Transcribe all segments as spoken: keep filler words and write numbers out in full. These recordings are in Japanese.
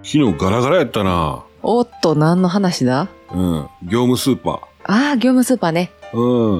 昨日ガラガラやったな。 おっと、何の話だ？ うん。業務スーパー。 ああ、業務スーパーね。 うん。 うん。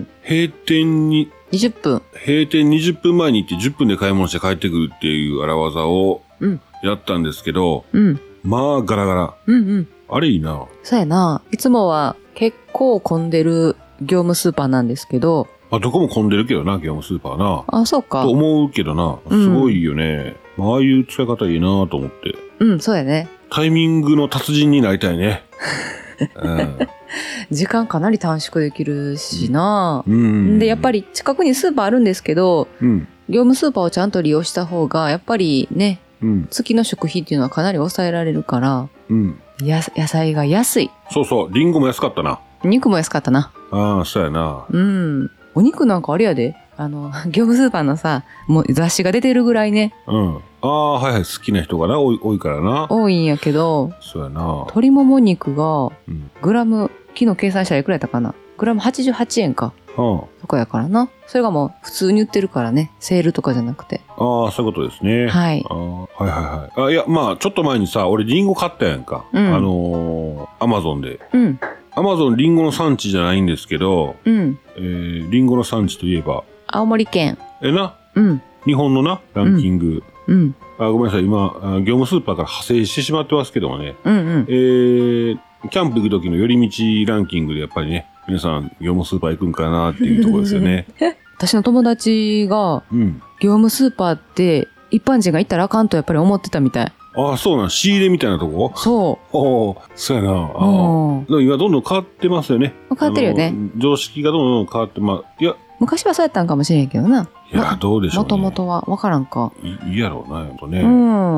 閉店に、 にじゅっぷん。 閉店にじゅっぷんまえに行ってじゅっぷんで買い物して帰ってくるっていう荒技を、やったんですけど、 うん。 まあ、ガラガラ。 うんうん。 あれいいな。 そうやな。いつもは結構混んでる業務スーパーなんですけど。 まあ、どこも混んでるけどな、業務スーパーな。 あ、そうか。 と思うけどな。すごいよね。うん、ああいう使い方いいなと思って。 うん、そうやね。 タイミングの達人になりたいね。うん、 時間かなり短縮できるしな、 うん、 で、やっぱり近くにスーパーあるんですけど、 うん、 業務スーパーをちゃんと利用した方が、やっぱりね、 うん、 月の食費っていうのはかなり抑えられるから、 うん、 や野菜が安い。 そうそう、リンゴも安かったな。 肉も安かったな。 ああ、そうやな。 うん。お肉なんかあれやで。あの、業務スーパーのさ、もう雑誌が出てるぐらいね。 うん。ああ、はいはい、好きな人がな、多い、多いからな。 多いんやけど、 そうやな。 鶏もも肉が、 うん、 グラム、昨日計算したらいくらやったかな。グラムはちじゅうはちえんか。 はあ、そこやからな。それがもう普通に売ってるからね。セールとかじゃなくて。 ああ、そういうことですね。 はい。 あはいはいはい。あ、いや、まあ、ちょっと前にさ、俺リンゴ買ったやんか。うん、あのー、アマゾンで。 うん。 アマゾンリンゴの産地じゃないんですけど、 うん。 えー、リンゴの産地といえば。 青森県。 えな。 うん。 日本のな、ランキング。 うん。うん、 あ、ごめんなさい。今、業務スーパーから派生してしまってますけどもね。 うんうん。 えー、キャンプ行く時の寄り道ランキングでやっぱりね、皆さん業務スーパー行くんかなっていうところですよね。 私の友達が、うん、業務スーパーって一般人が行ったらあかんとやっぱり思ってたみたい。 ああ、そうなん。仕入れみたいなとこ？ そう。 おお、そうやな。ああ。今どんどん変わってますよね。 変わってるよね。 常識がどんどん変わって、まあ、いや。 昔はそうやったんかもしれんけどな。 いや、どうでしょうね。 もともとは。わからんか。 いいやろうな、やっぱね。 うん。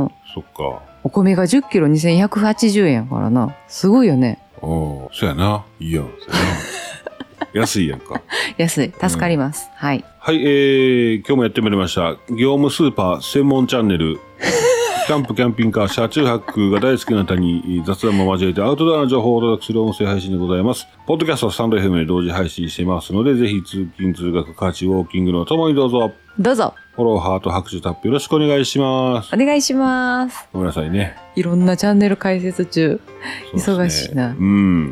そっか。 お米がじゅっキロにせんひゃくはちじゅうえんやからな。すごいよね。 おお、そうやな。いいやん。安いやんか。 安い。助かります。うん、はい。 はい、えー、今日もやってまいりました。業務スーパー専門チャンネル。キャンプ、キャンピングカー、車中泊が大好きな方に雑談も交えてアウトドアの情報をお届けする音声配信でございます。ポッドキャストはスタンド エフエム で同時配信してますので、ぜひ通勤、通学、家事、ウォーキングのともにどうぞ。 どうぞ。 フォロー、ハート、拍手、タップよろしくお願いします。 お願いします。 ごめんなさいね。 いろんなチャンネル開設中。忙しいな。 うん。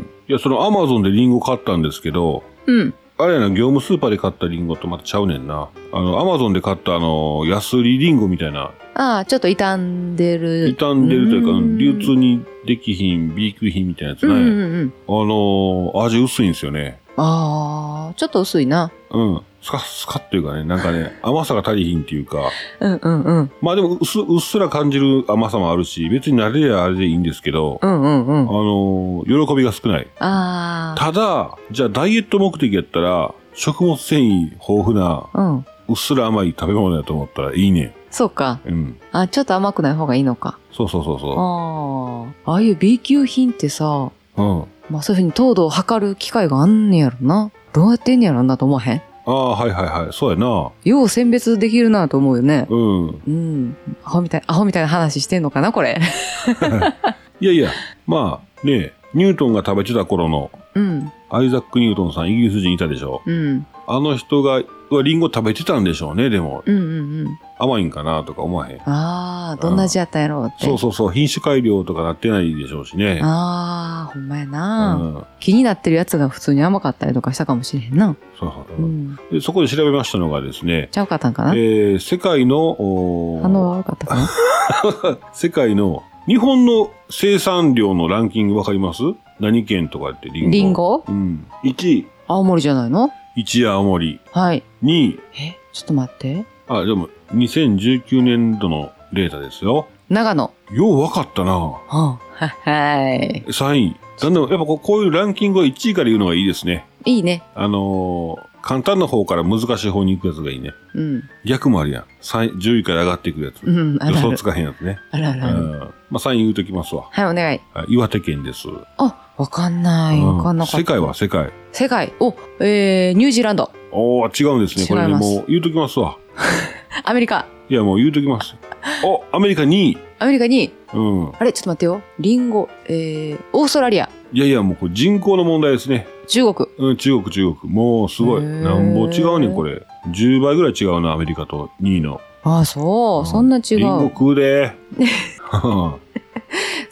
いや、そのアマゾンでリンゴ買ったんですけど、 うん。 あれやな、業務スーパーで買ったリンゴとまたちゃうねんな。あの、アマゾンで買ったあの、安売りリンゴみたいな。 ああ、ちょっと傷んでる。 傷んでるというか、流通にできひん、B 級品みたいなやつね。うんうんうん、あのー、味薄いんですよね。 ああ、ちょっと薄いな。 うん。スカスカっていうかね、なんかね、甘さが足りひんっていうか。 うんうんうん。 まあでもうっす、うっすら感じる甘さもあるし、別に慣れりゃあれでいいんですけど、 うんうんうん。 あのー、喜びが少ない。 ああ。 ただ、じゃあダイエット目的やったら、食物繊維豊富な、うん、うっすら甘い食べ物だと思ったらいいね。 そうか。 うん。 あ、ちょっと甘くない方がいいのか。 そうそうそうそう。 ああ。ああいう B 級品ってさ、 うん。 まあそういうふうに糖度を測る機会があんねやろな。どうやってんねやろなと思わへん？ ああ、はいはいはい。そうやな。 よう選別できるなと思うよね。 うん。 うん。アホみたい、アホみたいな話してんのかな、これ。 いやいや、まあね、ニュートンが食べてた頃の、うん。アイザック・ニュートンさん、イギリス人いたでしょ。うん。あの人が、リンゴ食べてたんでしょうね、でも。うんうんうん。甘いんかなとか思わへん。 ああ、どんな味やったんやろうって。 そうそうそう、品種改良とかなってないでしょうしね。 ああ、ほんまやな、うん。気になってるやつが普通に甘かったりとかしたかもしれへんな。 そうそう、うん、で。そこで調べましたのがですね。 ちゃうかったんかな。 えー、世界の、 反応悪かったかな。 世界の、日本の生産量のランキングわかります？何県とかってリンゴ。 リンゴ？ うん。いちい。 青森じゃないの？ いちい青森。 はい。 にい。 え、ちょっと待って。 あ、でも、にせんじゅうきゅうねんどのデータですよ。 長野。 ようわかったな。はあ、はい。 さんい。だんだん、やっぱこうこういうランキングはいちいから言うのがいいですね。 いいね。 あのー、簡単な方から難しい方に行くやつがいいね。うん。逆もあるやん。さんい、じゅういから上がっていくやつ。うん、あるある。予想つかへんやつね。 あるあるある。うん。 まあ、さんい言うときますわ。 はい、お願い。 岩手県です。 あ、わかんない。わかんなかった。 世界は世界。 世界。お、えー、ニュージーランド。 おー、違うんですね。これね、もう言うときますわ。 アメリカ。 いや、もう言うときます。お、アメリカにい。 アメリカにい。 うん。 あれ、ちょっと待ってよ。リンゴ、えー、オーストラリア。 いやいや、もうこれ人口の問題ですね。 中国。 うん、中国、中国。もうすごい。なんぼ違うねん、これ。じゅうばいぐらい違うな、アメリカとにいの。 ああ、そう、うん。そんな違う。 リンゴ食うで。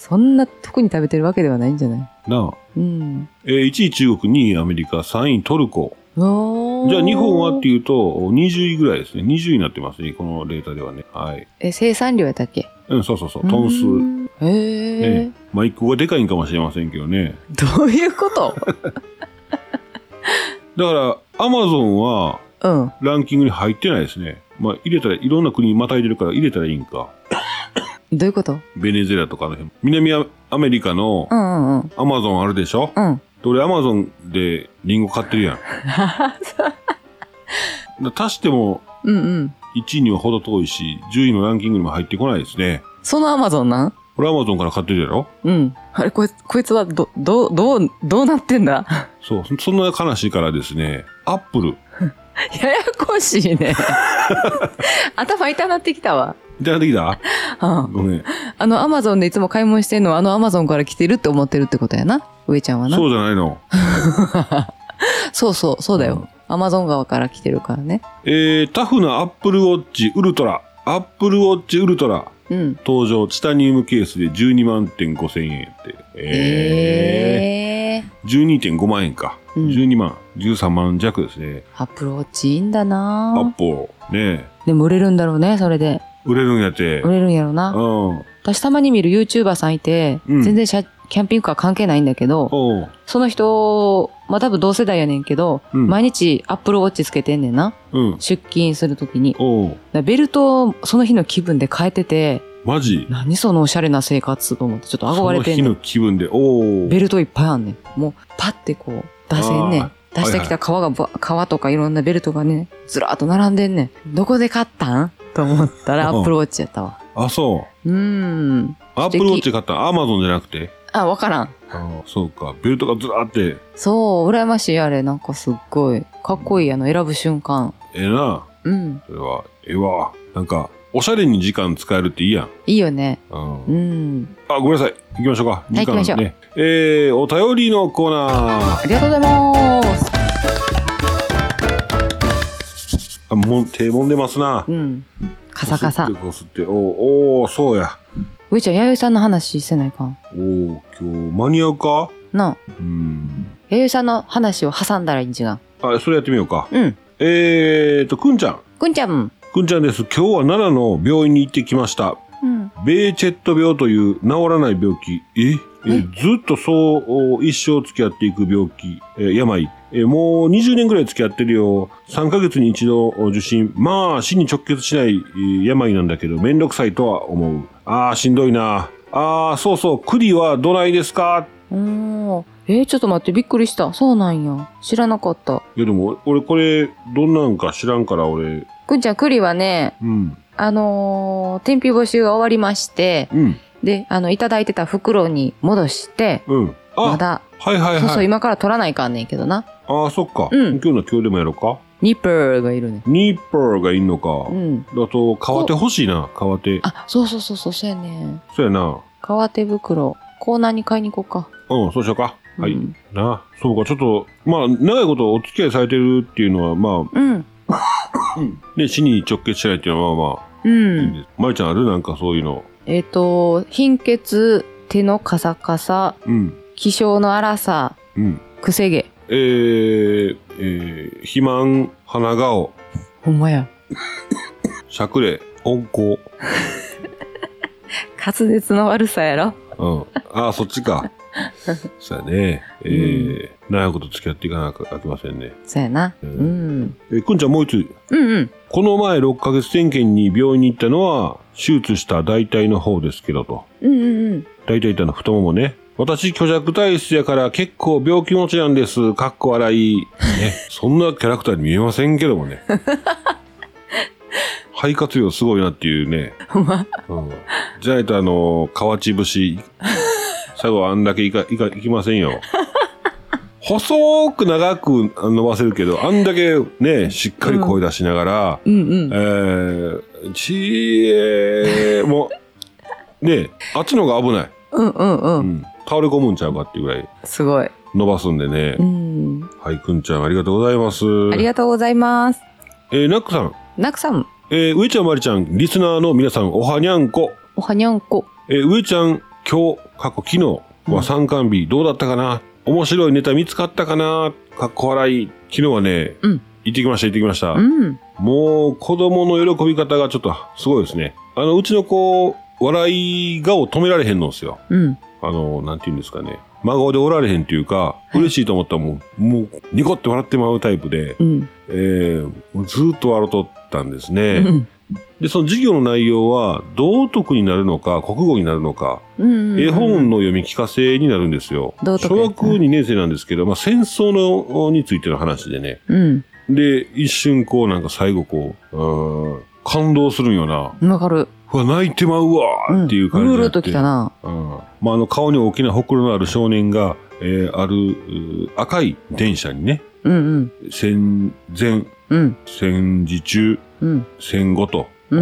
そんな特に食べてるわけではないんじゃない？ なあ。 うん。 えー、いちい中国、にいアメリカ、さんいトルコ。 おー。 じゃあ日本はっていうと、にじゅういぐらいですね。にじゅういになってますね、このデータではね。はい。 え、生産量やったっけ？ うん、そうそうそう、トン数。 へー。 ね、まあ一個がでかいんかもしれませんけどね。 どういうことだから、アマゾンは、 うん。 ランキングに入ってないですね。まあ入れたら、いろんな国にまたいでるから入れたらいいんか。 どういうこと？ ベネズエラとかの辺。南アメリカのうんうんうん。 アマゾンあるでしょ？ うん。 で俺アマゾンでリンゴ買ってるやん。だ足しても、 うんうん。 いちいには程遠いし、じゅういのランキングにも入ってこないですね。 そのアマゾンなん？ これアマゾンから買ってるやろ？ うん。あれ、こいつ、こいつはど、どう、どう、どうなってんだ？ そう、そんな話からですね、アップル。 ややこしいね。頭痛なってきたわ。 痛なってきた？ ああごめん。 あの、アマゾンでいつも買い物してんのは、あのアマゾンから来てるって思ってるってことやな。上ちゃんはな。 そうじゃないの。 そうそう、そうだよ。アマゾン側から来てるからね。 えー、タフなアップルウォッチウルトラ。アップルウォッチウルトラ。 うん。 登場、チタニウムケースでじゅうにまんてんごせんえんって。 えー。 えー、じゅうにてんごまんえんか。 うん、 じゅうにまん、じゅうさんまん弱ですね。 アップルウォッチいいんだなアップル。ねでも売れるんだろうね、それで。 売れるんやって。 売れるんやろな。 うん。 私たまに見る YouTuber さんいて、うん、全然シャキャンピングカー関係ないんだけど、その人、まあ、多分同世代やねんけど、うん、毎日アップルウォッチつけてんねんな。うん、出勤するときに。ベルトをその日の気分で変えてて、 マジ？ 何そのおしゃれな生活と思ってちょっと憧れてんねん。 その日の気分で、おベルトいっぱいあんねん。もうパッてこう出せんねん。出してきた革が、革とかいろんなベルトがね、ずらーっと並んでんねん。どこで買ったんと思ったらアップルウォッチやったわ。 あ、そう。 うーん。 アップルウォッチ買ったアマゾンじゃなくて？ あ、わからん。 あ、そうか。ベルトがずらーって。 そう、羨ましいあれ。なんかすっごい、かっこいいあの、選ぶ瞬間。 ええな。 うん。 それは、ええわ。なんか、おしゃれに時間使えるっていいやん。 いいよね。 うん。 うん。 あ、ごめんなさい。行きましょうか。 時間ね。はい、行きましょう。 えー、お便りのコーナー。 ありがとうございます。 あ、もう手揉んでますな。 うん。カサカサ。 こすってこすって。おー、おー、そうや。 上ちゃん、弥生さんの話してないか？ おー、今日間に合うかなあ。 うん。 弥生さんの話を挟んだらいいんじゃん。 あ、それやってみようか。 うん。 えーと、くんちゃん。 くんちゃん。 くんちゃんです。今日は奈良の病院に行ってきました。うん。ベーチェット病という治らない病気。ええずっとそう一生付き合っていく病気、え病。えもうにじゅうねんぐらい付き合ってるよ。さんかげつに一度受診。まあ死に直結しない病なんだけどめんどくさいとは思う。ああしんどいな。ああそうそう。栗はどないですか？ うーん。えー、ちょっと待ってびっくりした。そうなんや。知らなかった。 いやでも俺これどんなんか知らんから俺。 くんちゃん栗はね、うん、あのー、天日募集が終わりまして、うん、で、あの、いただいてた袋に戻して、うん、まだ、 はいはいはい。 そうそう、今から取らないかんねんけどな。 ああ、そっか。うん。今日の今日でもやろうか。 ニッパーがいるね。 ニッパーがいんのか。うん。だと、革手欲しいな、革手。 あ、そうそうそうそう、そうやね。 そうやな。 革手袋、コーナーに買いに行こうか。 うん、そうしようか。はい。うん、な、そうか、ちょっと、まあ、長いことお付き合いされてるっていうのは、まあ、うん。で、死に直結しないっていうのは、まあまあ、うん。まゆちゃんあるなんかそういうの。 えっと、貧血、手のカサカサ、うん。気性の荒さ、うん。くせ毛。 えー、えー、肥満、鼻顔。 ほんまや。 しゃくれ、温厚。 滑舌の悪さやろ。 うん。ああ、そっちか。そうやね。えー、うん、長いこと付き合っていかなきゃいけませんね。 そうやな。うん。 えー、くんちゃんもう一つ。 うんうん。 この前ろっかげつ点検に病院に行ったのは、手術した大腿の方ですけどと。 うんうんうん。 大腿ってのは太ももね。私、虚弱体質やから結構病気持ちなんです。かっこ笑い。ね。そんなキャラクターに見えませんけどもね。肺活量すごいなっていうね。 ほんま。 うん。じゃないとあの、河内節、最後あんだけいか、いか、いきませんよ。細く長く伸ばせるけど、あんだけね、しっかり声出しながら、うんうんうん、えー、ちえー、もう、ね、あっちの方が危ない。 うんうんうん。うん、 倒れ込むんちゃうかっていうぐらい。 すごい。 伸ばすんでね。うん。はい、くんちゃんありがとうございます。 ありがとうございます。 えー、ナックさん。 ナックさん。 えー、上ちゃんまりちゃん、リスナーの皆さん、おはにゃんこ。 おはにゃんこ。 えー、上ちゃん、 今日、過去昨日は参観日、どうだったかな、面白いネタ見つかったかな、かっこ笑い。昨日はね、うん、行ってきました、行ってきました。うん、もう、子供の喜び方がちょっとすごいですね。あの、うちの子、笑い顔止められへんのですよ。うん、あの、なんて言うんですかね。真顔でおられへんっていうか、嬉しいと思ったらもう、もう、ニコって笑ってまうタイプで、うん、えー、もうずーっと笑っとったんですね。うん、で、その授業の内容は、道徳になるのか、国語になるのか、うんうんうん、絵本の読み聞かせになるんですよ。小学にねん生なんですけど、まあ、戦争のについての話でね。うん、で、一瞬こう、なんか最後こう、うーん、感動するんよな。 わかる。 うわ、泣いてまうわーっていう感じで。 うるるときたな。 うん。まあ、あの、顔に大きなほくろのある少年が、えー、ある、赤い電車にね、うんうん、戦前、うん、戦時中、うん、戦後と、うん、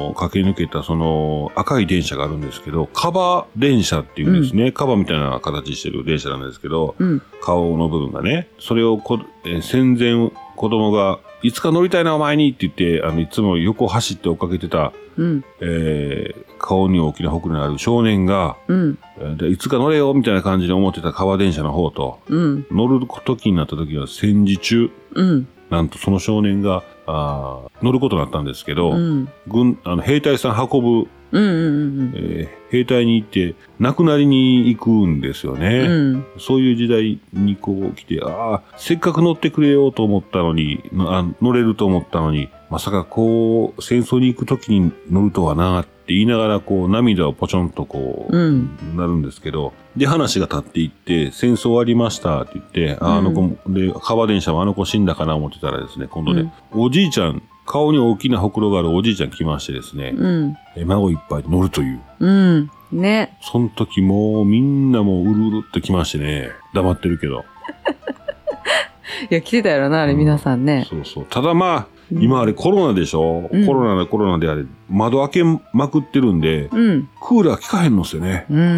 駆け抜けたその赤い電車があるんですけど、カバ電車っていうんですね、うん、カバみたいな形してる電車なんですけど、うん、顔の部分がね、それをこ、えー、戦前子供がいつか乗りたいなお前にって言って、あの、いつも横走って追っかけてた、うん、えー、顔に大きなほくろのある少年が、うん、でいつか乗れよみたいな感じで思ってた川電車の方と、うん、乗る時になった時は戦時中、うん、なんとその少年があ乗ることになったんですけど、うん、軍あの兵隊さん運ぶ、うんうんうんえー、兵隊に行って亡くなりに行くんですよね、うん、そういう時代にこう来て、ああせっかく乗ってくれようと思ったのにあ乗れると思ったのに、まさかこう戦争に行く時に乗るとはなって言いながらこう涙をポチョンとこう、うん、なるんですけど、で話が経っていって戦争終わりましたって言って、うん、あの子で川電車もあの子死んだかな思ってたらですね、今度ね、うん、おじいちゃん顔に大きなほくろがあるおじいちゃん来ましてですね、うん、孫いっぱい乗るという。うん。ね。その時もうみんなもううるうるって来ましてね、黙ってるけど。 いや、来てたやろな、あれ、うん、皆さんね。 そうそう。ただまあ、うん、今あれコロナでしょ、うん、コロナでコロナであれ、窓開けまくってるんで、うん、クーラー効かへんのっすよね。うん。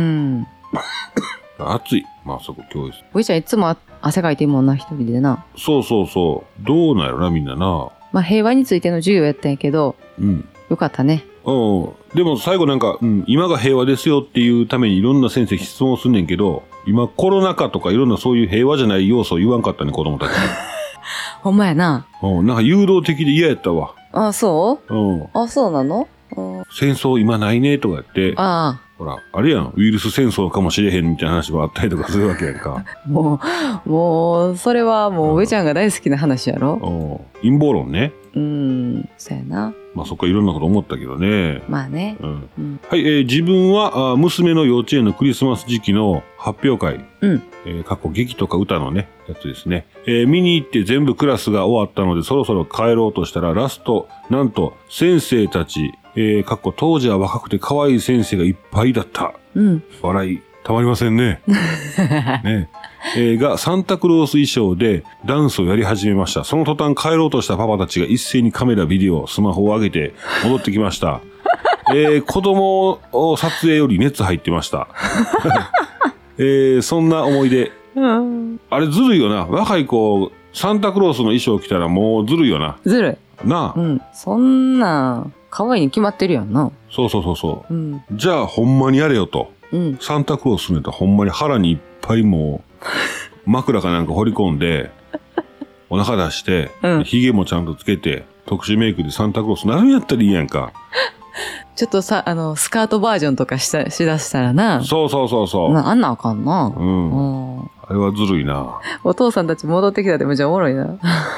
暑い。まあそこ今日です。 おじいちゃんいつも汗かいてるもんな、一人でな。 そうそうそう。どうなんやろな、みんなな。 まあ平和についての授業やったんやけど、うん。よかったね。 うん。でも最後なんか、うん、今が平和ですよっていうためにいろんな先生質問すんねんけど、今コロナ禍とかいろんなそういう平和じゃない要素を言わんかったね、子供たちに。 ほんまやな。 うん。なんか誘導的で嫌やったわ。 あ、そううん。あ、そうなの、うん、 戦争今ないねとか言って、ああ。ほら、あれやん、ウイルス戦争かもしれへんみたいな話もあったりとかするわけやんか。 もう、もう、それはもう、上ちゃんが大好きな話やろ。 うん。陰謀論ね。 うん、そうやな。 まあそっかいろんなこと思ったけどね。 まあね。 うんうん、はい、えー、自分はあ娘の幼稚園のクリスマス時期の発表会、うんえー、過去劇とか歌のね、やつですね、えー。見に行って全部クラスが終わったのでそろそろ帰ろうとしたらラスト、なんと先生たち、えー、過去当時は若くて可愛い先生がいっぱいだった。うん、笑い、たまりませんね。ねえー、がサンタクロース衣装でダンスをやり始めました。その途端帰ろうとしたパパたちが一斉にカメラ、ビデオ、スマホを上げて戻ってきました。えー、子供を撮影より熱入ってました。えー、そんな思い出。うん、あれずるいよな。若い子、サンタクロースの衣装着たらもうずるいよな。 ずるい。なあ。 うん。そんな、可愛いに決まってるやんな。 そうそうそうそう。うん、じゃあほんまにやれよと。うん、サンタクロースめたらほんまに腹にいっぱいもう枕かなんか掘り込んでお腹出して、うん、髭もちゃんとつけて特殊メイクでサンタクロースなるんやったらいいやんか。 ちょっとさ、あのスカートバージョンとかしだしだしたらな。 そうそうそうそう。 なあんなあかんな。うん。 うん、あれはずるいな。 お父さんたち戻ってきたでめっちゃおもろいな。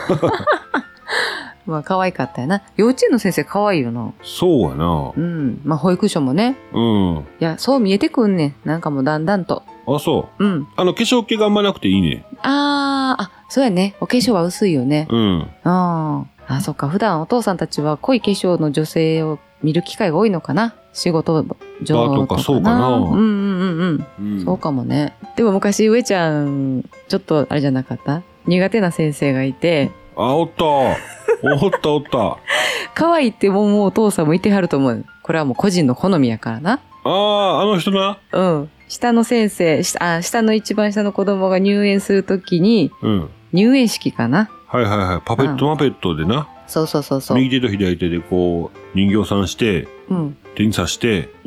まあ可愛かったよな。幼稚園の先生可愛いよな。 そうやな。 うん。まあ保育所もね。うん。いや、そう見えてくんねん。なんかもうだんだんと。 あ、そう。うん。あの化粧気があんまなくていいね。 あー、あ、そうやね。お化粧は薄いよね。うん。ああ。あ、そっか。普段お父さんたちは濃い化粧の女性を見る機会が多いのかな。仕事上とかな。とかそうかな。うんうんうんうん。うん、そうかもね。でも昔上ちゃん、ちょっとあれじゃなかった？苦手な先生がいて。 あ、おった。おったおった。 可愛いってもうお父さんもいてはると思う。これはもう個人の好みやからな。 ああ、あの人な。 うん。下の先生、あ、下の一番下の子供が入園するときに、うん、入園式かな。 はいはいはい。パペットマペットでな。 そうそうそうそう。 右手と左手でこう人形さんして、うん、手に刺して、うん、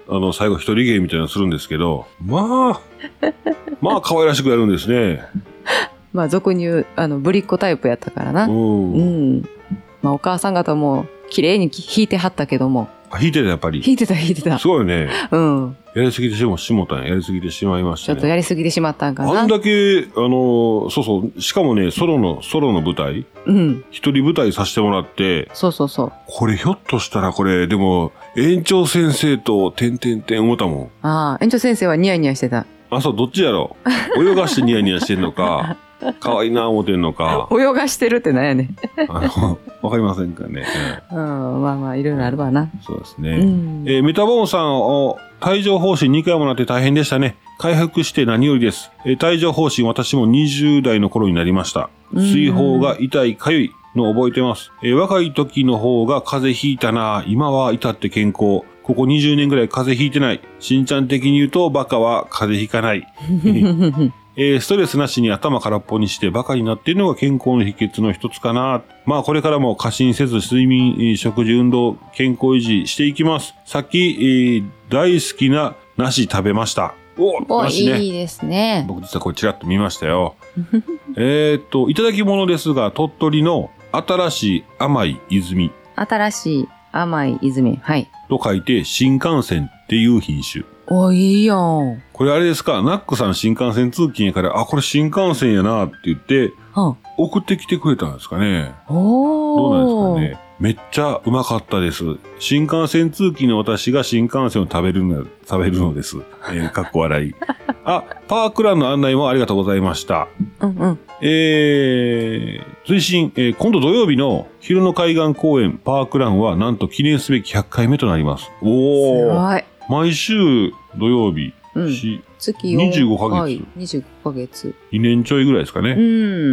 あの、最後一人芸みたいなのするんですけど、まあ、まあ可愛らしくやるんですね。 まあ俗に言う、あの、ぶりっ子タイプやったからな。うん。うん。まあお母さん方も綺麗に弾いてはったけども。 あ、弾いてたやっぱり。 弾いてた弾いてた。 すごいよね。 うん。 やりすぎてしもしもたんや。やりすぎてしまいましたね。 ちょっとやりすぎてしまったんかな。 あんだけ、あの、そうそう、しかもね、ソロの、ソロの舞台。うん。一人舞台させてもらって。 そうそうそう。 これひょっとしたらこれ、でも、園長先生と、てんてんてん思ったもん。 ああ、園長先生はニヤニヤしてた。 あ、そう、どっちやろう。泳がしてニヤニヤしてんのか。可愛いな思ってんのか。 泳がしてるってなんやねん。 あの、わかりませんかね。 うん、まあまあ、いろいろあるわな。 そうですね。うん、えー、メタボーンさんを、帯状疱疹にかいもなって大変でしたね。回復して何よりです。えー、帯状疱疹私もにじゅう代の頃になりました。水疱が痛いかゆいのを覚えてます。えー、若い時の方が風邪ひいたな。今は至って健康。ここにじゅうねんぐらい風邪ひいてない。しんちゃん的に言うとバカは風邪ひかない。えー、ストレスなしに頭空っぽにしてバカになっているのが健康の秘訣の一つかな。まあこれからも過信せず睡眠、食事、運動、健康維持していきます。さっき、えー、大好きな梨食べました。 お、梨ね。いいですね。 僕実はこれちらっと見ましたよ。えっと、いただき物ですが、鳥取の新しい甘い泉。 新しい甘い泉。はい。 と書いて新幹線っていう品種。 お、いいやん。 これあれですか、ナックさん新幹線通勤やから、あ、これ新幹線やなって言って、はあ、送ってきてくれたんですかね。おー。どうなんですかね。めっちゃうまかったです。新幹線通勤の私が新幹線を食べるの、食べるのです。えー、かっこ笑い。あ、パークランの案内もありがとうございました。うんうん。えー、追伸、えー、今度土曜日の昼の海岸公園パークランはなんと記念すべきひゃっかいめとなります。おー。すごい。毎週土曜日、うん、し月にじゅうごかげつ。 にじゅうごかげつ。 にねんちょいぐらいですかね。うん。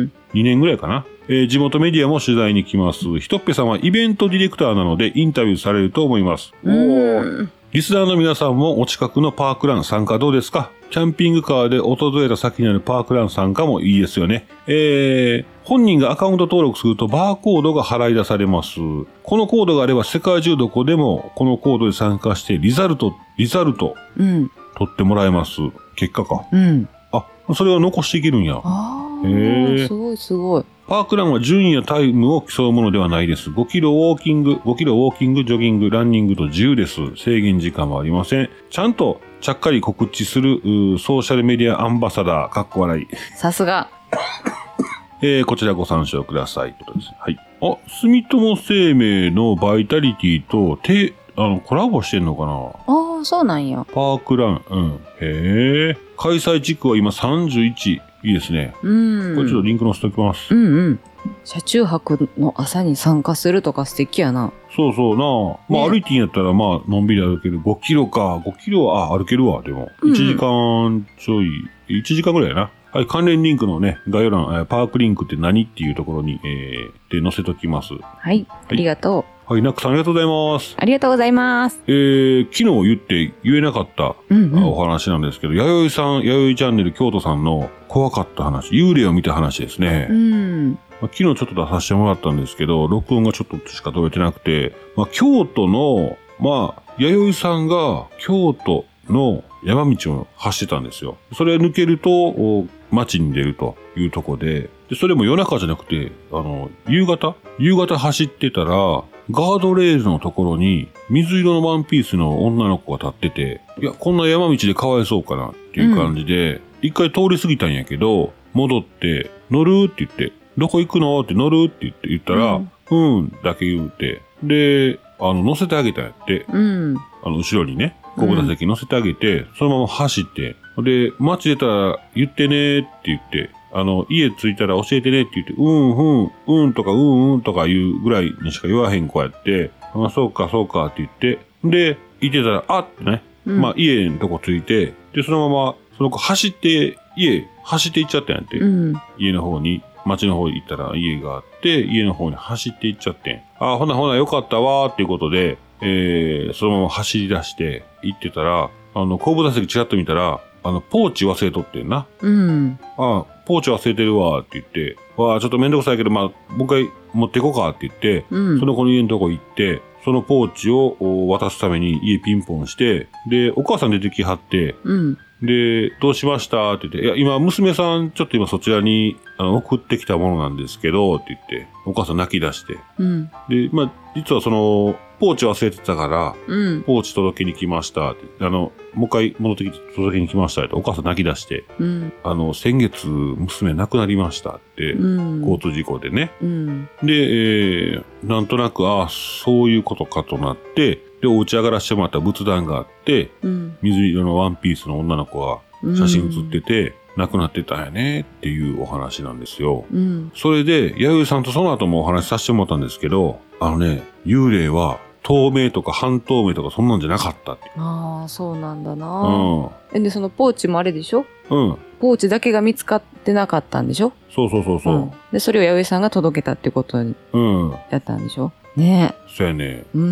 にねんぐらいかな。えー、地元メディアも取材に来ます。ひとっぺさんはイベントディレクターなのでインタビューされると思います。おー。リスナーの皆さんもお近くのパークラン参加どうですか？キャンピングカーで訪れた先にあるパークラン参加もいいですよね。えー、本人がアカウント登録するとバーコードが払い出されます。このコードがあれば世界中どこでもこのコードで参加してリザルト、リザルト、うん、取ってもらえます。結果か。うん。あ、それを残していけるんや。 ああ。へー。すごいすごい。 パークランは順位やタイムを競うものではないです。ごキロウォーキング、ごキロウォーキング、ジョギング、ランニングと自由です。制限時間はありません。ちゃんとちゃっかり告知するソーシャルメディアアンバサダー、かっこ笑い。 さすが。 えー、こちらご参照ください。ということです。はい。あ、住友生命のバイタリティと手、あの、コラボしてんのかな？ ああ、そうなんや。 パークラン、うん。へえ。開催地区は今さんじゅういち。いいですね。うん。これちょっとリンク載せておきます。 うんうん。車中泊の朝に参加するとか素敵やな。 そうそうな。まあ、ね、歩いてんやったらまあ、のんびり歩ける。ごキロか。ごキロは、あ、歩けるわ、でも。いちじかんちょい、いちじかんぐらいやな。はい、関連リンクのね、概要欄、パークリンクって何っていうところに、えー、で載せときます。 はい。ありがとう。はい、ナックさんありがとうございます。 ありがとうございます。 えー、昨日言って言えなかった、うんうん、お話なんですけど、弥生さん、弥生チャンネル京都さんの怖かった話、幽霊を見た話ですね。うん。まあ、昨日ちょっと出させてもらったんですけど、録音がちょっとしか撮れてなくて、まあ、京都の、まあ、弥生さんが京都の山道を走ってたんですよ。それ抜けると、街に出るというとこで、で、それも夜中じゃなくて、あの、夕方夕方走ってたら、ガードレールのところに水色のワンピースの女の子が立ってて、いや、こんな山道でかわいそうかなっていう感じで、うん、一回通り過ぎたんやけど、戻って、乗るって言って、どこ行くのって乗るって言って言ったら、うん、うん、だけ言うて、で、あの、乗せてあげたんやって、うん、あの、後ろにね、後部座席乗せてあげて、うん、そのまま走って、で、街出たら言ってねって言って、あの、家着いたら教えてねって言って、うん、うん、うんとか、うん、うんとか言うぐらいにしか言わへん子やって、あ、そうか、そうかって言って、で、いてたら、あってね、うん、まあ家のとこ着いて、で、そのまま、その子走って、家、走って行っちゃったんやって、うん、家の方に、街の方に行ったら家があって、家の方に走って行っちゃってん。あ、ほなほなよかったわーっていうことで、えー、そのまま走り出して行ってたら、あの、後部座席チラッと見たら、あの、ポーチ忘れとってんな。うん。あ、ポーチ忘れてるわって言って、わあ、ちょっとめんどくさいけど、まあ、もう一回持っていこうかって言って、うん、その子の家のとこ行って、 そのポーチを渡すために家ピンポンして、で、お母さん出てきはって、 うん、 で、どうしましたって言って、いや、今、娘さん、ちょっと今そちらにあの送ってきたものなんですけど、って言って、お母さん泣き出して。 うん、 で、まあ、実はその、ポーチ忘れてたから、 うん、 ポーチ届けに来ましたって。あの、もう一回戻ってきて届けに来ましたって。お母さん泣き出して。 うん、 あの、先月、娘亡くなりましたって。うん、交通事故でね。 うん、 で、えー、なんとなく、ああ、そういうことかとなって、で、お家上がらせてもらった仏壇があって、うん、水色のワンピースの女の子が写真写ってて、うん、亡くなってたんやねっていうお話なんですよ。うん、それで、弥生さんとその後もお話しさせてもらったんですけど、あのね、幽霊は透明とか半透明とかそんなんじゃなかったって。 ああ、そうなんだな。うん。で、そのポーチもあれでしょ？うん。ポーチだけが見つかってなかったんでしょ？ そうそうそうそう。うん、 で、それを弥生さんが届けたってことに、うん。やったんでしょ？ねえ。 そうやね。うん。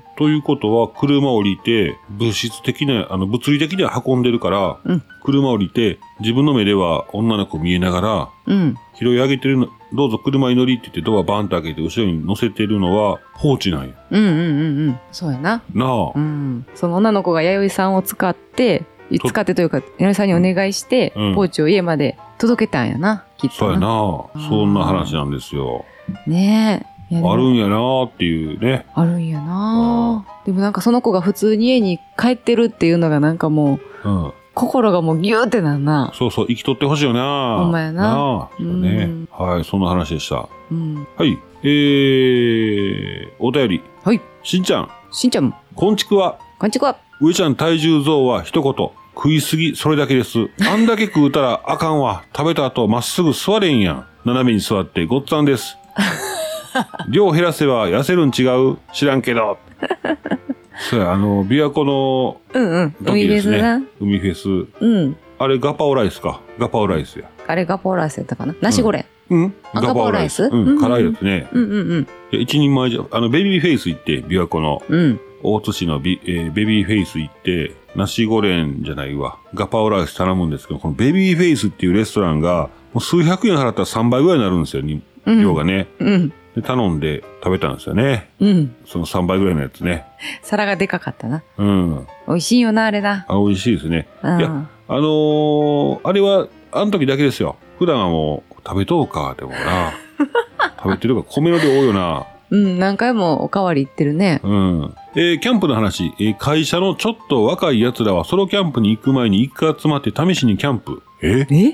ということは、車降りて、物質的な、あの、物理的には運んでるから、うん、車降りて、自分の目では女の子見えながら、うん。拾い上げてるの、どうぞ車に乗りって言ってドアバンと開けて、後ろに乗せてるのは、ポーチなんや。 うんうんうんうん。そうやな。 なあ。 うん。その女の子が弥生さんを使って、使ってというか、弥生さんにお願いして、うん、ポーチを家まで届けたんやな、きっとな。 そうやな。そんな話なんですよ。 ねえ。 あるんやなーっていうね。 あるんやなー。でもなんかその子が普通に家に帰ってるっていうのがなんかもう、うん、心がもうギューってなんな。 そうそう、生きとってほしいよな。 ほんまやな。 なあ、そうね。はい、そんな話でした。うん、はい、えー、お便り。 はい。 しんちゃん。 しんちゃん。 こんちくわ。 こんちくわ。 上ちゃん体重増は一言。食いすぎ、それだけです。あんだけ食うたらあかんわ。食べた後まっすぐ座れんやん。斜めに座ってごっつぁんです。量減らせば痩せるん違う？知らんけど。そうや、あの、琵琶湖の時ですね。うんうん。海フェス。うん。あれガパオライスか。ガパオライスや。 あれガパオライスやったかな？ナシゴレン。 うん。 ガパオライス？ うん。辛いやつね。 うんうんうん。 一人前じゃ、あの、ベビーフェイス行って、琵琶湖の。うん。大津市のビ、えー、ベビーフェイス行って、ナシゴレンじゃないわ。ガパオライス頼むんですけど、このベビーフェイスっていうレストランが、もう数百円払ったらさんばいぐらいになるんですよ、量がね。うん。で、頼んで食べたんですよね。うん。そのさんばいぐらいのやつね。 皿がでかかったな。うん。美味しいよな、あれな。 あ、美味しいですね。うん、いや、あのー、あれは、あの時だけですよ。普段はもう、食べとうか、でもな。食べてるか、米の量多いよな。 うん、何回もおかわり行ってるね。 うん。えー、キャンプの話、えー、会社のちょっと若い奴らはソロキャンプに行く前に一回集まって試しにキャンプ。ええ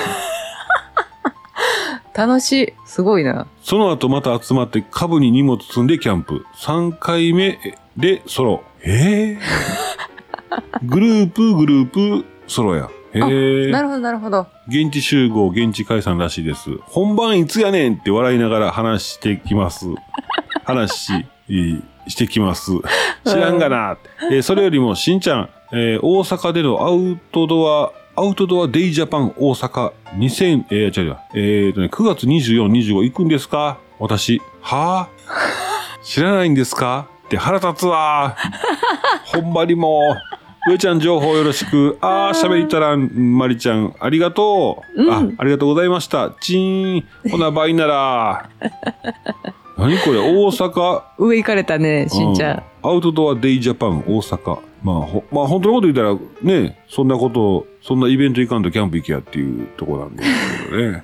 楽しい。すごいな。 その後また集まって株に荷物積んでキャンプ。さんかいめでソロ。えー、グループ、グループ、ソロや。へー。 なるほど、なるほど。 現地集合、現地解散らしいです。本番いつやねんって笑いながら話してきます。話し、してきます。知らんがな。えー、それよりも、しんちゃん、えー、大阪でのアウトドア、アウトドアデイジャパン大阪にせん、えー、違う違う、えーとね、くがつにじゅうよっか、にじゅうご行くんですか？私、はぁ知らないんですか？って腹立つわほんまにもう、上ちゃん情報よろしく。あー、喋りたらん、まりちゃん、ありがとう。うん、あ、ありがとうございました。チーン、ほな倍なら。何これ、大阪。 上行かれたね、しんちゃん。 うん、アウトドアデイジャパン大阪。まあ、ほ、まあ、本当のこと言ったら、ね、そんなこと、そんなイベント行かんとキャンプ行けやっていうところなんですけどね。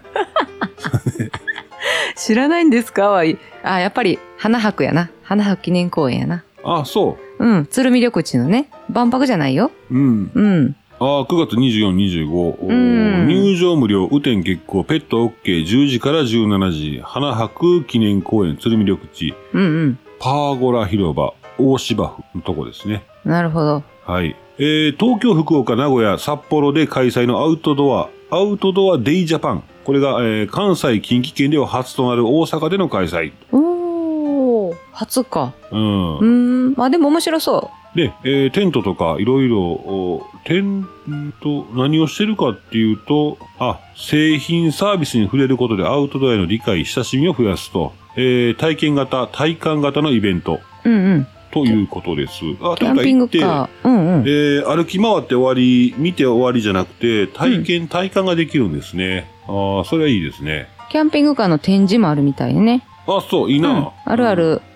知らないんですかわい。あ、やっぱり、花博やな。花博記念公園やな。 あ、そう。 うん。鶴見緑地のね。万博じゃないよ。うん。うん。 ああ、くがつにじゅうよっか、にじゅうご。うん。入場無料、雨天決行、ペット OK、じゅうじからじゅうしちじ。花博記念公園、鶴見緑地。うんうん。パーゴラ広場、大芝生のとこですね。 なるほど。 はい。えー、東京、福岡、名古屋、札幌で開催のアウトドア、アウトドアデイジャパン。これが、えー、関西、近畿圏では初となる大阪での開催。 おー、初か。うん。うーん。まあでも面白そう。 で、えー、テントとかいろいろ、テント、何をしてるかっていうと、あ、製品サービスに触れることでアウトドアへの理解、親しみを増やすと、えー、体験型、体感型のイベント。うんうん。ということです。 あ、キャンピングカー。うんうん。 えー、歩き回って終わり、見て終わりじゃなくて、体験、うん、体感ができるんですね。ああ、それはいいですね。 キャンピングカーの展示もあるみたいね。 あ、そう、いいな。うん、 あるある。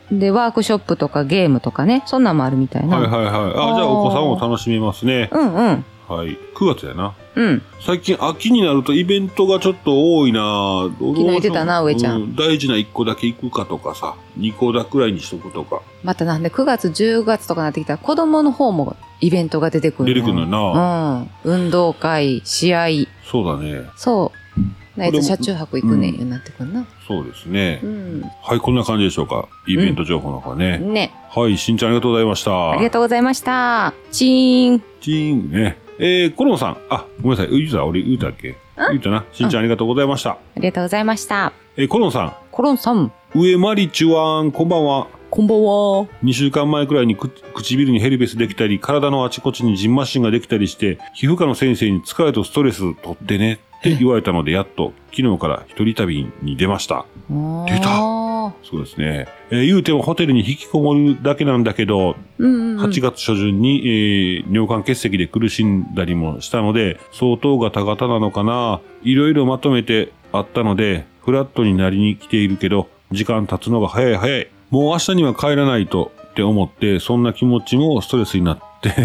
で、ワークショップとかゲームとかね、そんなんもあるみたいな。 はいはいはい。あ、じゃあお子さんも楽しめますね。 うんうん。 はい。くがつやな。 うん。 最近秋になるとイベントがちょっと多いな。 昨日言ってたな、上ちゃん、 うん。大事ないっこだけ行くかとかさ、にこだくらいにしとくとか。 またなんでくがつ、じゅうがつとかなってきたら子供の方もイベントが出てくる。 出てくるのよな。 うん。運動会、試合。 そうだね。 そう。ないと車中泊行くねん、うん、なってくるな。 そうですね。 うん。 はい、こんな感じでしょうか。イベント情報の方ね。 うん、ね。 はい、しんちゃんありがとうございました。 ありがとうございました。チーン。 チーンね。えー、コロンさん。あ、ごめんなさい。言うた俺言うたっけ言うたな。しんちゃんありがとうございました。 ありがとうございました。 えー、コロンさん。 コロンさん。 上まりちゅわん、こんばんは。 こんばんは。 にしゅうかんまえくらいにく唇にヘルペスできたり、体のあちこちにジンマシンができたりして、皮膚科の先生に疲れとストレス取ってねって言われたので、やっと昨日から一人旅に出ました。出た。そうですね。えー、言うてもホテルに引きこもるだけなんだけど、 うんうんうん、 はちがつしょじゅんに、えー、尿管結石で苦しんだりもしたので、相当ガタガタなのかな。いろいろまとめてあったので、フラットになりに来ているけど、時間経つのが早い早い。もう明日には帰らないとって思って、そんな気持ちもストレスになって、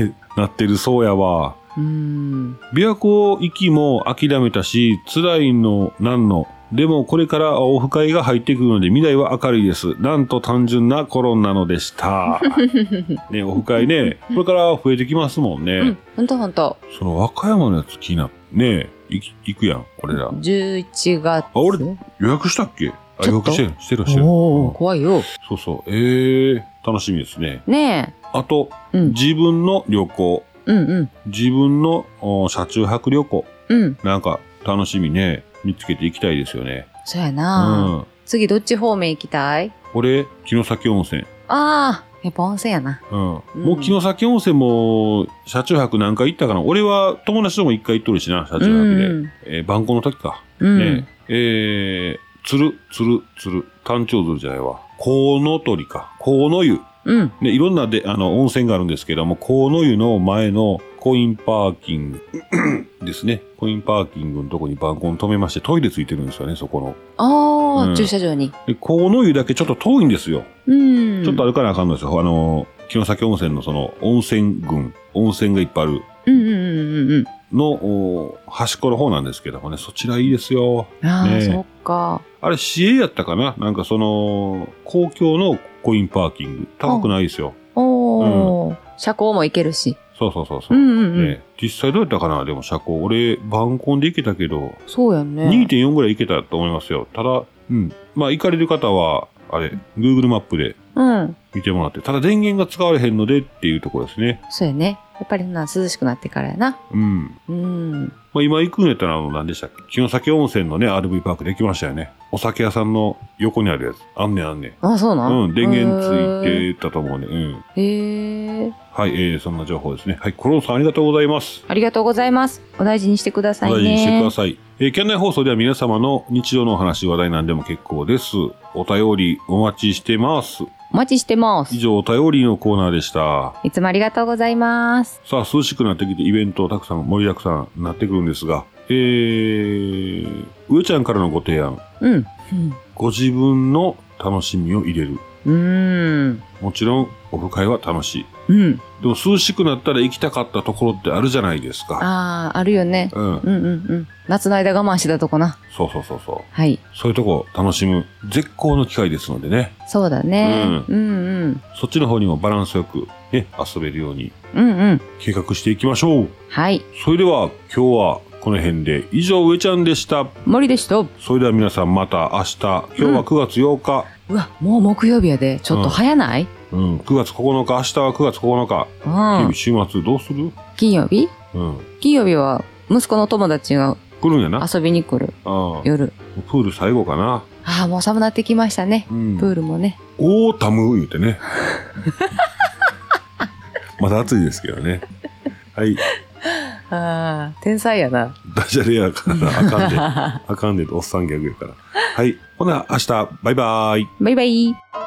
なってるそうやわ。 うーん。 琵琶湖行きも諦めたし、辛いのなんの。でもこれからオフ会が入ってくるので未来は明るいです。なんと単純なコロンなのでした。ね、オフ会ね、これから増えてきますもんね。うん、 ほんとほんと。 その和歌山のやつ気になってね、行くやん、俺ら。 じゅういちがつ。 あ、俺予約したっけ？あ、予約してる、してる、してる。 おー、怖いよ。 そうそう。ええー、楽しみですね。 ねえ。 あと、 うん、 自分の旅行。 うんうん。 自分の車中泊旅行。 うん。 なんか楽しみね、見つけていきたいですよね。 そうやな、うん、次どっち方面行きたい？ 俺、城崎温泉。 ああ、やっぱ温泉やな。 うん。うん、もう城崎温泉も、車中泊何回行ったかな。俺は友達とも一回行っとるしな、車中泊で。うん、えー、晩婚の時か。 うん、 ねえー、つる、つる、つる、単調鶴じゃないわ。河野鳥か。河野湯。 うん。 ね、いろんなで、あの、温泉があるんですけども、河野湯の前のコインパーキングですね。コインパーキングのとこに晩婚止めまして、トイレついてるんですよね、そこの。 ああ、 うん、 駐車場に。 で、河野湯だけちょっと遠いんですよ。 うん。 ちょっと歩かなあかんのですよ。あの、城崎温泉のその、温泉群、温泉がいっぱいある。 うんうんうんうん。 の、端っこの方なんですけどもね、そちらいいですよ。 ああ、 ね、 そっか。 あれ、市営やったかな？なんかその、公共のコインパーキング。高くないですよ。 おー、うん。車高も行けるし。 そうそうそうそう。 うんうんうん。 ね、実際どうやったかな？でも車高。俺、晩婚で行けたけど。 そうやね。 にてんよんぐらい行けたと思いますよ。ただ、うん。まあ、行かれる方は、あれ、Google マップで見てもらって、うん、ただ電源が使われへんのでっていうところですね。 そうやね。やっぱりな、涼しくなってからやな。 うん。 うん。 まあ、今行くんやったら、あの、何でしたっけ？城崎温泉のね、アールブイ パークできましたよね。お酒屋さんの横にあるやつ。あんねんあんねん。 あ、そうなん？ うん、電源ついてたと思うね。うん。 へえ。 はい、えー、そんな情報ですね。はい、コロンさんありがとうございます。 ありがとうございます。お大事にしてくださいね。 お大事にしてください。えー、県内放送では皆様の日常のお話、話題なんでも結構です。お便りお待ちしてます。 お待ちしてます。 以上、お便りのコーナーでした。 いつもありがとうございます。 さあ、涼しくなってきてイベントたくさん盛りだくさんなってくるんですが、えー、上ちゃんからのご提案。 うん。うん、 ご自分の楽しみを入れる。 うーん。 もちろん、オフ会は楽しい。 うん。 でも涼しくなったら行きたかったところってあるじゃないですか。 ああ、あるよね。 うん。 うんうんうん。夏の間我慢してたとこな。 そうそうそうそう。 はい。 そういうとこ楽しむ絶好の機会ですのでね。 そうだね。うん。うんうん。 そっちの方にもバランスよくね、遊べるように。 うんうん。 計画していきましょう。 はい。 それでは今日はこの辺で以上、上ちゃんでした。 森でした。 それでは皆さんまた明日。今日はくがつようか。 うん、うわ、もう木曜日やで。ちょっと早ない？ うん、うん、くがつここのか、明日はくがつここのか。うん。金曜日、週末どうする？ 金曜日？ うん。 金曜日は息子の友達が来るんやな。 遊びに来る。 ああ。 夜。 プール最後かな。 ああ、もう寒なってきましたね。うん、プールもね。 オータム言うてね。まだ暑いですけどね。はい。 ああ、天才やな。 ダジャレやから、あかんで。あかんで、おっさんギャグやから。はい。ほな、明日、バイバーイ。 バイバイ。